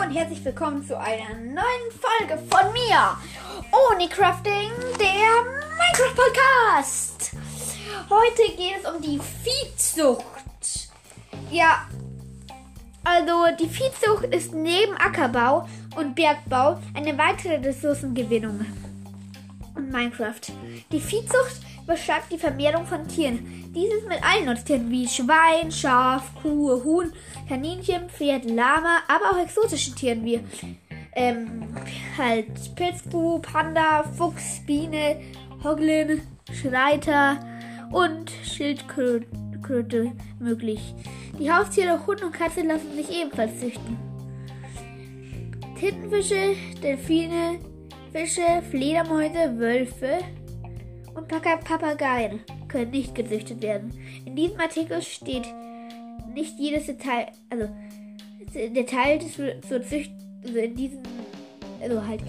und herzlich willkommen zu einer neuen Folge von mir, Onicrafting, der Minecraft-Podcast. Heute geht es um die Viehzucht. Ja, also die Viehzucht ist neben Ackerbau und Bergbau eine weitere Ressourcengewinnung in Minecraft. Die Viehzucht beschreibt die Vermehrung von Tieren. Dieses mit allen Nutztieren wie Schwein, Schaf, Kuh, Huhn, Kaninchen, Pferd, Lama, aber auch exotischen Tieren wie Pilzkuh, Panda, Fuchs, Biene, Hoglin, Schreiter und Schildkröte möglich. Die Haustiere Hund und Katze lassen sich ebenfalls züchten. Tintenfische, Delfine, Fische, Fledermäuse, Wölfe und Papageien können nicht gezüchtet werden. In diesem Artikel steht nicht jedes Detail, also Detail zur Zücht, also in diesem, also halt,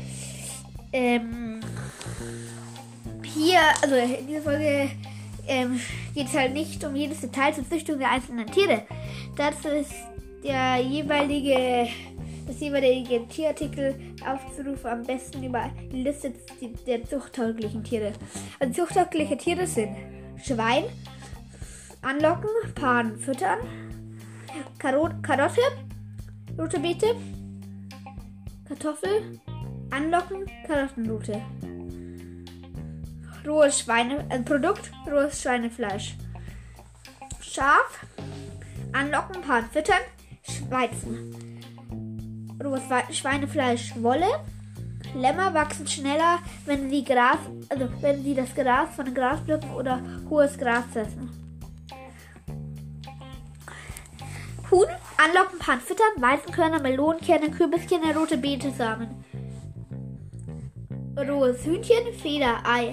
hier, also in dieser Folge geht es halt nicht um jedes Detail zur Züchtung der einzelnen Tiere. Dazu ist das jeweilige Tierartikel aufzurufen, am besten über die Liste der zuchttauglichen Tiere. Also zuchttaugliche Tiere sind Schwein, anlocken, paaren, füttern, Karotte, rote Beete, Kartoffel, anlocken, Karottenrute. Rohes rohes Schweinefleisch. Schaf, anlocken, paaren, füttern, Weizen. Rohes Schweinefleisch, Wolle. Lämmer wachsen schneller, wenn sie das Gras von den Grasblöcken oder hohes Gras fressen. Huhn, anlocken, paaren, füttern, Weizenkörner, Melonenkerne, Kürbiskerne, rote Beetesamen. Rohes Hühnchen, Feder, Ei.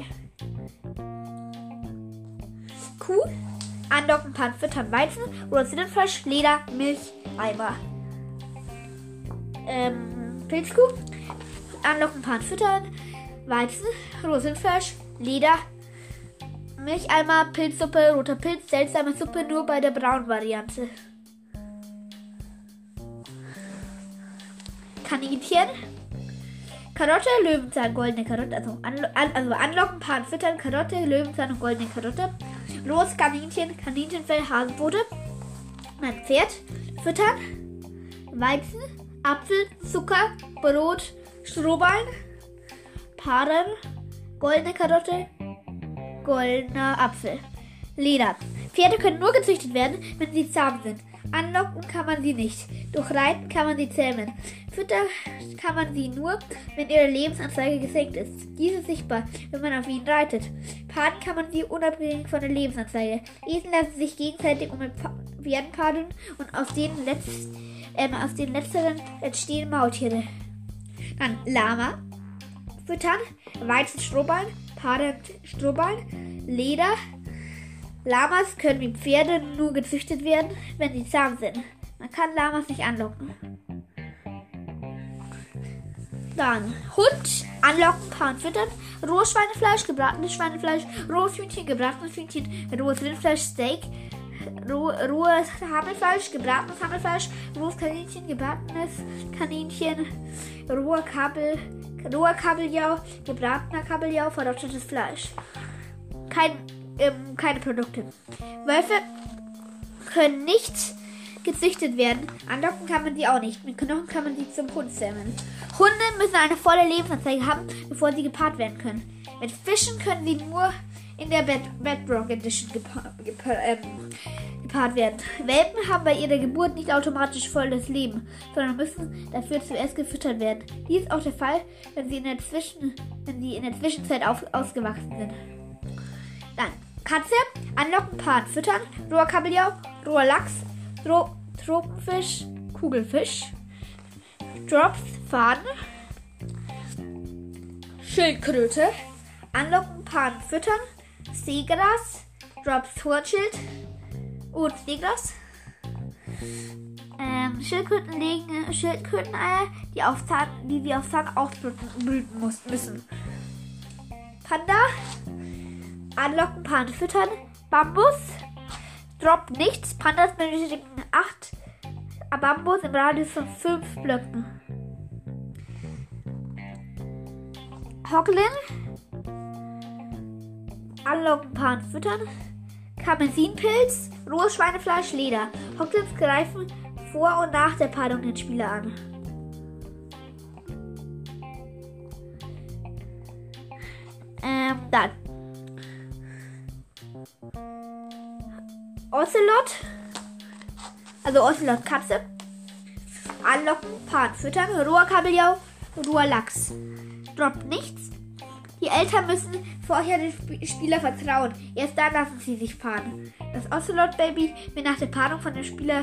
Kuh, anlocken, paaren, füttern, Weizen, rohes Rindfleisch, Leder, Milch, Eimer. Pilzkuh, anlocken, paaren, füttern, Weizen, rohes Rindfleisch, Leder, Milcheimer, Pilzsuppe, roter Pilz, seltsame Suppe, nur bei der braunen Variante. Kaninchen, Karotte, Löwenzahn, goldene Karotte, also anlocken, paaren, füttern, Karotte, Löwenzahn und goldene Karotte. Rohes Kaninchen, Kaninchenfell, Hasenpfote. Mein Pferd, füttern, Weizen, Apfel, Zucker, Brot, Strohballen, paaren, goldene Karotte, goldener Apfel. Leder. Pferde können nur gezüchtet werden, wenn sie zahm sind. Anlocken kann man sie nicht. Durch Reiten kann man sie zähmen. Füttern kann man sie nur, wenn ihre Lebensanzeige gesenkt ist. Diese ist sichtbar, wenn man auf ihnen reitet. Paaren kann man sie unabhängig von der Lebensanzeige. Esel lassen sich gegenseitig mit Pferden paaren und aus den letzteren entstehen Maultiere. Dann Lama. Füttern, Weizen, Strohballen, paaren, Strohballen, Leder. Lamas können wie Pferde nur gezüchtet werden, wenn sie zahm sind. Man kann Lamas nicht anlocken. Dann Hund, anlocken, paaren, füttern, rohes Schweinefleisch, gebratenes Schweinefleisch, rohes Hühnchen, gebratenes Hühnchen, rohes Rindfleisch, Steak, rohes Hammelfleisch, gebratenes Hammelfleisch, rohes Kaninchen, gebratenes Kaninchen, roher Kabeljau, gebratener Kabeljau, verrottetes Fleisch. Keine Produkte. Wölfe können nicht gezüchtet werden. Anlocken kann man sie auch nicht. Mit Knochen kann man sie zum Hund zähmen. Hunde müssen eine volle Lebensanzeige haben, bevor sie gepaart werden können. Mit Fischen können sie nur in der Bedrock Edition gepaart werden. Welpen haben bei ihrer Geburt nicht automatisch volles Leben, sondern müssen dafür zuerst gefüttert werden. Dies ist auch der Fall, wenn sie in der Zwischenzeit ausgewachsen sind. Dann Katze, anlocken, paaren, füttern, roher Kabeljau, roher Lachs, Tropenfisch, Kugelfisch, Drops, Faden, Schildkröte, anlocken, paaren, füttern, Seegras, Drops, Hornschild und Seegras. Schildkröten legen Schildkröteneier, die sie auf Zahn ausbrüten müssen. Panda, anlocken, paaren, füttern, Bambus, Drop nichts, Pandas benötigen 8 Bambus im Radius von 5 Blöcken. Hoglin. Anlocken, paaren, füttern. Karmesinpilz, rohes Schweinefleisch, Leder. Hoglins greifen vor und nach der Paarung den Spieler an. Dann Ocelot, also Ocelot Katze. Anlocken, paaren, füttern. Roher Kabeljau, roher Lachs. Droppt nichts. Die Eltern müssen vorher dem Spieler vertrauen. Erst dann lassen sie sich paaren. Das Ocelot-Baby wird nach der Paarung von dem Spieler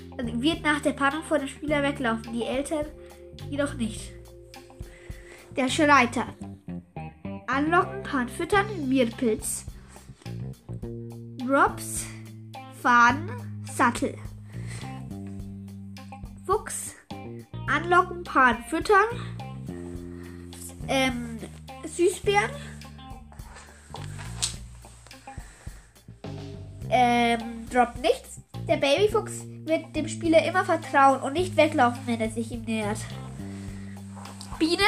weglaufen. Die Eltern jedoch nicht. Der Schreiter. Anlocken, paaren, füttern, Mirpilz. Drops, Faden, Sattel. Fuchs. Anlocken, paaren, füttern. Süßbären. Droppt nichts. Der Babyfuchs wird dem Spieler immer vertrauen und nicht weglaufen, wenn er sich ihm nähert. Biene.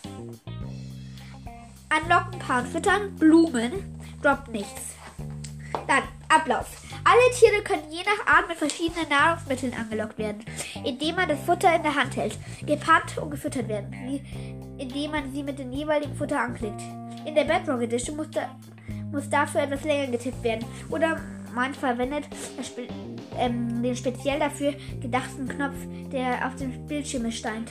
Anlocken, paaren, füttern, Blumen. Droppt nichts. Dann Ablauf. Alle Tiere können je nach Art mit verschiedenen Nahrungsmitteln angelockt werden, indem man das Futter in der Hand hält. Gepaart und gefüttert werden, indem man sie mit dem jeweiligen Futter anklickt. In der Bedrock Edition muss dafür etwas länger getippt werden oder man verwendet den speziell dafür gedachten Knopf, der auf dem Bildschirm erscheint.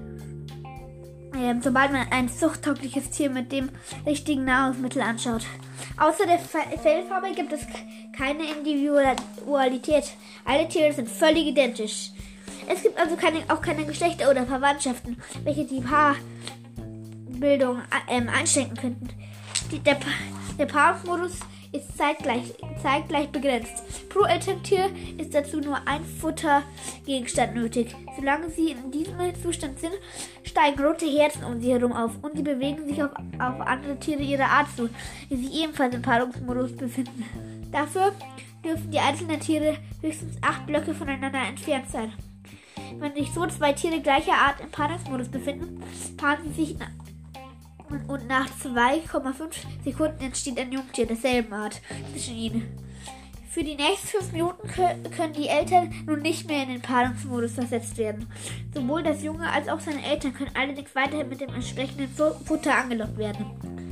Sobald man ein zuchttaugliches Tier mit dem richtigen Nahrungsmittel anschaut. Außer der Fellfarbe gibt es keine Individualität. Alle Tiere sind völlig identisch. Es gibt also auch keine Geschlechter oder Verwandtschaften, welche die Paarbildung einschränken könnten. Der Paarungsmodus ist zeitgleich begrenzt. Pro Elterntier ist dazu nur ein Futtergegenstand nötig. Solange sie in diesem Zustand sind, steigen rote Herzen um sie herum auf und sie bewegen sich auf andere Tiere ihrer Art zu, die sich ebenfalls im Paarungsmodus befinden. Dafür dürfen die einzelnen Tiere höchstens 8 Blöcke voneinander entfernt sein. Wenn sich so 2 Tiere gleicher Art im Paarungsmodus befinden, paaren sie sich und nach 2,5 Sekunden entsteht ein Jungtier derselben Art zwischen ihnen. Für die nächsten 5 Minuten können die Eltern nun nicht mehr in den Paarungsmodus versetzt werden. Sowohl das Junge als auch seine Eltern können allerdings weiterhin mit dem entsprechenden Futter angelockt werden.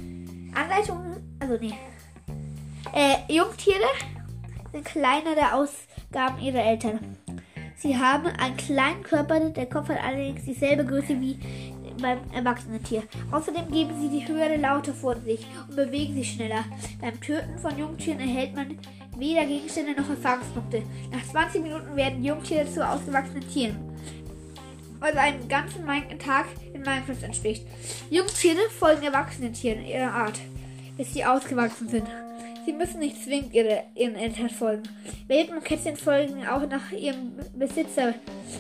Jungtiere sind kleinere Ausgaben ihrer Eltern. Sie haben einen kleinen Körper, der Kopf hat allerdings dieselbe Größe wie beim erwachsenen Tier. Außerdem geben sie die höhere Laute vor sich und bewegen sich schneller. Beim Töten von Jungtieren erhält man weder Gegenstände noch Erfahrungspunkte. Nach 20 Minuten werden Jungtiere zu ausgewachsenen Tieren, was einem ganzen Tag in Minecraft entspricht. Jungtiere folgen erwachsenen Tieren ihrer Art, bis sie ausgewachsen sind. Sie müssen nicht zwingend ihren Eltern folgen. Welpen und Kätzchen folgen auch nach ihrem Besitzer,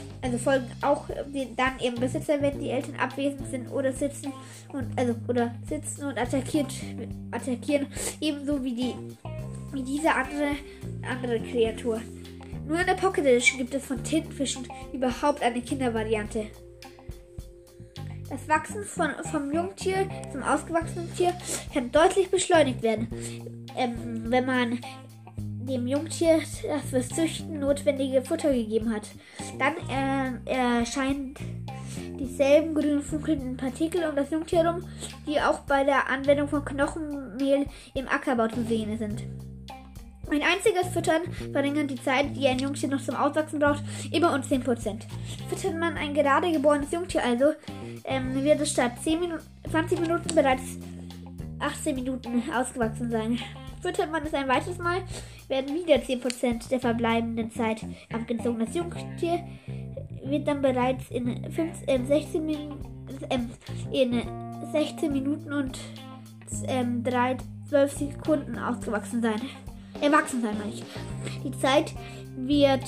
dann ihrem Besitzer, wenn die Eltern abwesend sind oder sitzen und attackieren, ebenso wie diese andere Kreatur. Nur in der Pocket Edition gibt es von Tintenfischen überhaupt eine Kindervariante. Das Wachsen vom Jungtier zum ausgewachsenen Tier kann deutlich beschleunigt werden, wenn man dem Jungtier das fürs Züchten notwendige Futter gegeben hat. Dann erscheinen dieselben grün funkelnden Partikel um das Jungtier herum, die auch bei der Anwendung von Knochenmehl im Ackerbau zu sehen sind. Ein einziges Füttern verringert die Zeit, die ein Jungtier noch zum Auswachsen braucht, immer um 10%. Füttert man ein gerade geborenes Jungtier also, wird es statt 20 Minuten bereits 18 Minuten ausgewachsen sein. Füttert man es ein weiteres Mal, werden wieder 10% der verbleibenden Zeit abgezogen. Das Jungtier wird dann bereits in 16 Minuten und 12 Sekunden erwachsen sein, meine ich. Die Zeit wird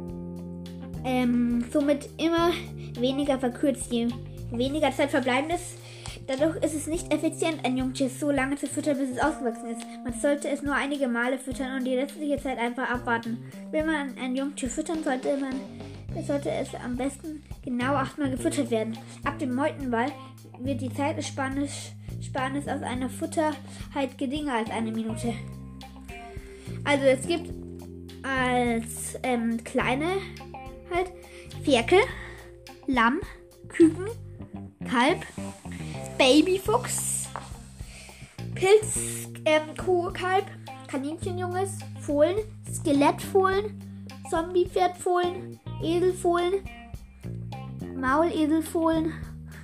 somit immer weniger verkürzt, je weniger Zeit verbleibend ist. Dadurch ist es nicht effizient, ein Jungtier so lange zu füttern, bis es ausgewachsen ist. Man sollte es nur einige Male füttern und die restliche Zeit einfach abwarten. Will man ein Jungtier füttern, sollte es am besten genau 8-mal gefüttert werden. Ab dem Meutenball wird die Zeitersparnis Ersparnis aus einer Futter halt geringer als eine Minute. Also es gibt als kleine halt Ferkel, Lamm, Küken, Kalb, Babyfuchs, Pilz, Kuhkalb, Kaninchenjunges, Fohlen, Skelettfohlen, Zombiepferdfohlen, Eselfohlen, Mauleselfohlen,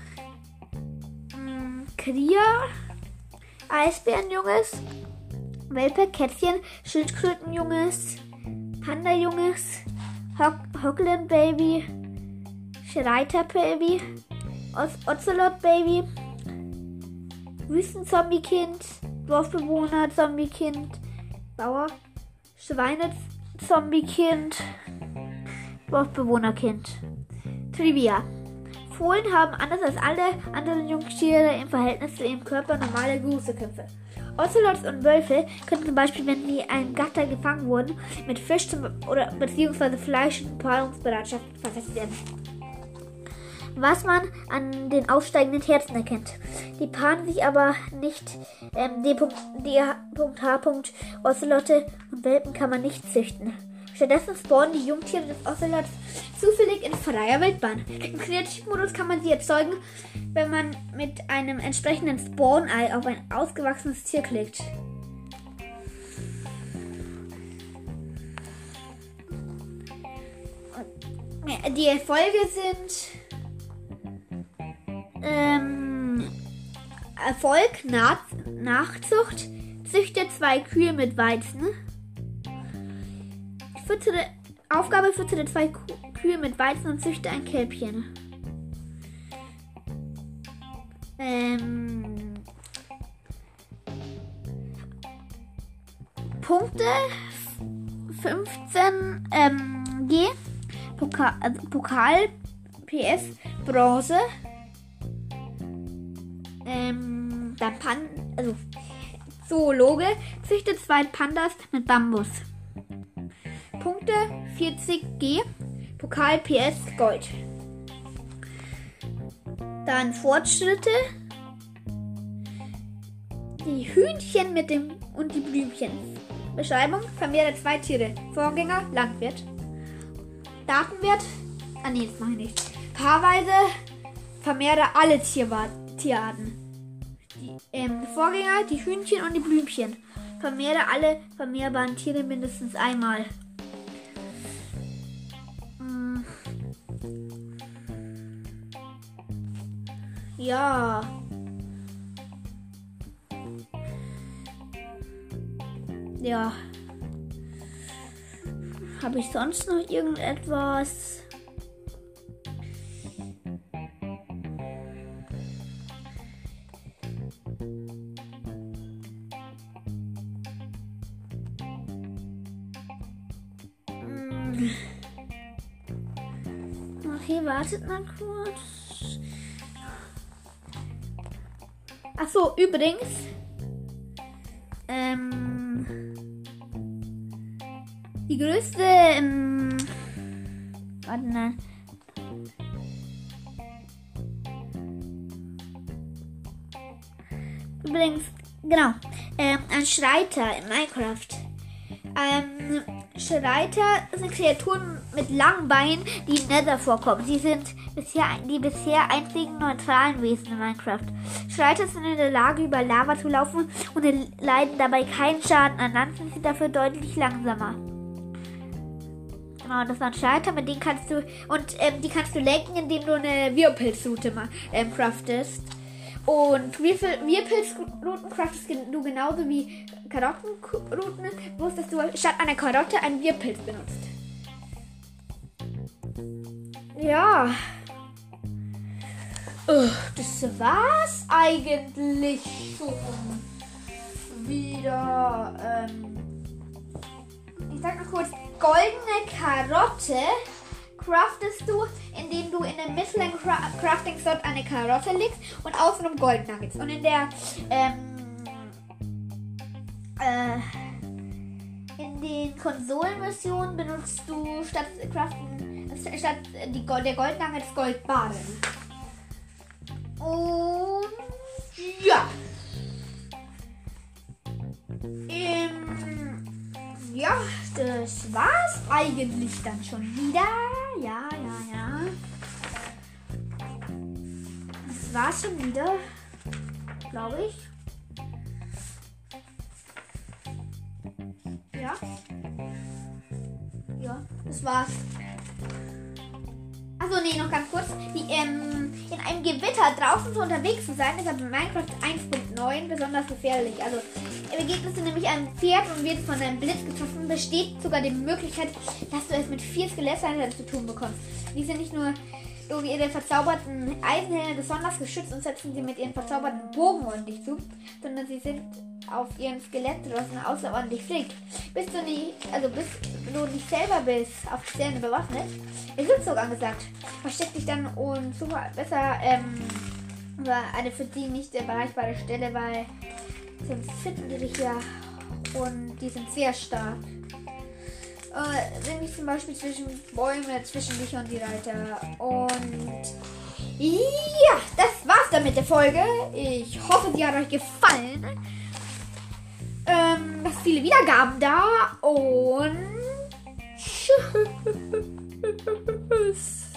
Kria, Eisbärenjunges, Welpe, Kätzchen, Schildkrötenjunges, Pandajunges, Hockland Baby, Schreiter Baby, Ocelot Baby, Wüstenzombiekind, Dorfbewohner Zombiekind, Bauer, Schweine-Zombiekind, Dorfbewohnerkind. Trivia. Fohlen haben anders als alle anderen Jungtiere im Verhältnis zu ihrem Körper normale Gruselköpfe. Ocelots und Wölfe können zum Beispiel, wenn sie in einem Gatter gefangen wurden, mit Fisch oder beziehungsweise Fleisch in Paarungsbereitschaft versetzt werden. Was man an den aufsteigenden Herzen erkennt. Die paaren sich aber nicht. D.H. Ocelotte und Welpen kann man nicht züchten. Stattdessen spawnen die Jungtiere des Ocelots zufällig in freier Wildbahn. Im Kreativmodus kann man sie erzeugen, wenn man mit einem entsprechenden Spawn-Ei auf ein ausgewachsenes Tier klickt. Die Erfolge sind Erfolg, Nachzucht, züchte 2 Kühe mit Weizen. Aufgabe: füttere 2 Kühe mit Weizen und züchte ein Kälbchen. Punkte 15 G. Pokal PS Bronze. Dann Zoologe züchte 2 Pandas mit Bambus. Punkte 40 G. Pokal PS Gold. Dann Fortschritte. Die Hühnchen mit dem und die Blümchen. Beschreibung: vermehre 2 Tiere. Vorgänger: Landwirt. Datenwert: das mache ich nicht. Paarweise: vermehre alle Tierarten. Die Vorgänger: die Hühnchen und die Blümchen. Vermehre alle vermehrbaren Tiere mindestens einmal. Ja. Ja. Habe ich sonst noch irgendetwas? Okay, wartet mal kurz. Achso, übrigens. Die größte. Warte, nein. Übrigens, genau. Ein Schreiter in Minecraft. Schreiter sind Kreaturen mit langen Beinen, die im Nether vorkommen. Sie sind die bisher einzigen neutralen Wesen in Minecraft. Schreiter sind in der Lage, über Lava zu laufen und leiden dabei keinen Schaden. An Land sind sie dafür deutlich langsamer. Genau, das waren Schreiter, mit denen kannst du die kannst du lenken, indem du eine Wirrpilzroute craftest. Und Wirrpilzrouten craftest du genauso wie Karottenrouten, bloß dass du statt einer Karotte einen Wirrpilz benutzt. Ja. Das war's eigentlich schon wieder. Ich sag noch kurz, goldene Karotte craftest du, indem du in den mittleren Crafting-Slot eine Karotte legst und außenrum Goldnuggets. Und in der in den Konsolenversionen benutzt du statt der Goldnuggets Goldbarren. Und ja. Ja, das war's eigentlich dann schon wieder. Ja. Das war's schon wieder, glaube ich. Ja, das war's. Achso, nee, noch ganz kurz. In einem Gewitter draußen so unterwegs zu sein, ist aber in Minecraft 1.9 besonders gefährlich. Also, begegnest du nämlich einem Pferd und wird von einem Blitz getroffen, besteht sogar die Möglichkeit, dass du es mit 4 Skeletteinheiten zu tun bekommst. Die sind nicht nur durch ihre verzauberten Eisenhelme besonders geschützt und setzen sie mit ihren verzauberten Bogen ordentlich zu, sondern sie sind auf ihren Skelettdrossen außerordentlich flink. Bis du nicht selber bist, auf die Zähne bewaffnet, ist Rückzug angesagt. Versteck dich dann und suche besser eine für die nicht erreichbare Stelle, weil sonst finden die dich ja und die sind sehr stark. Nämlich zum Beispiel zwischen Bäume, zwischen dich und die Reiter. Und ja, das war's dann mit der Folge. Ich hoffe, sie hat euch gefallen. Lasst viele Wiedergaben da und tschüss.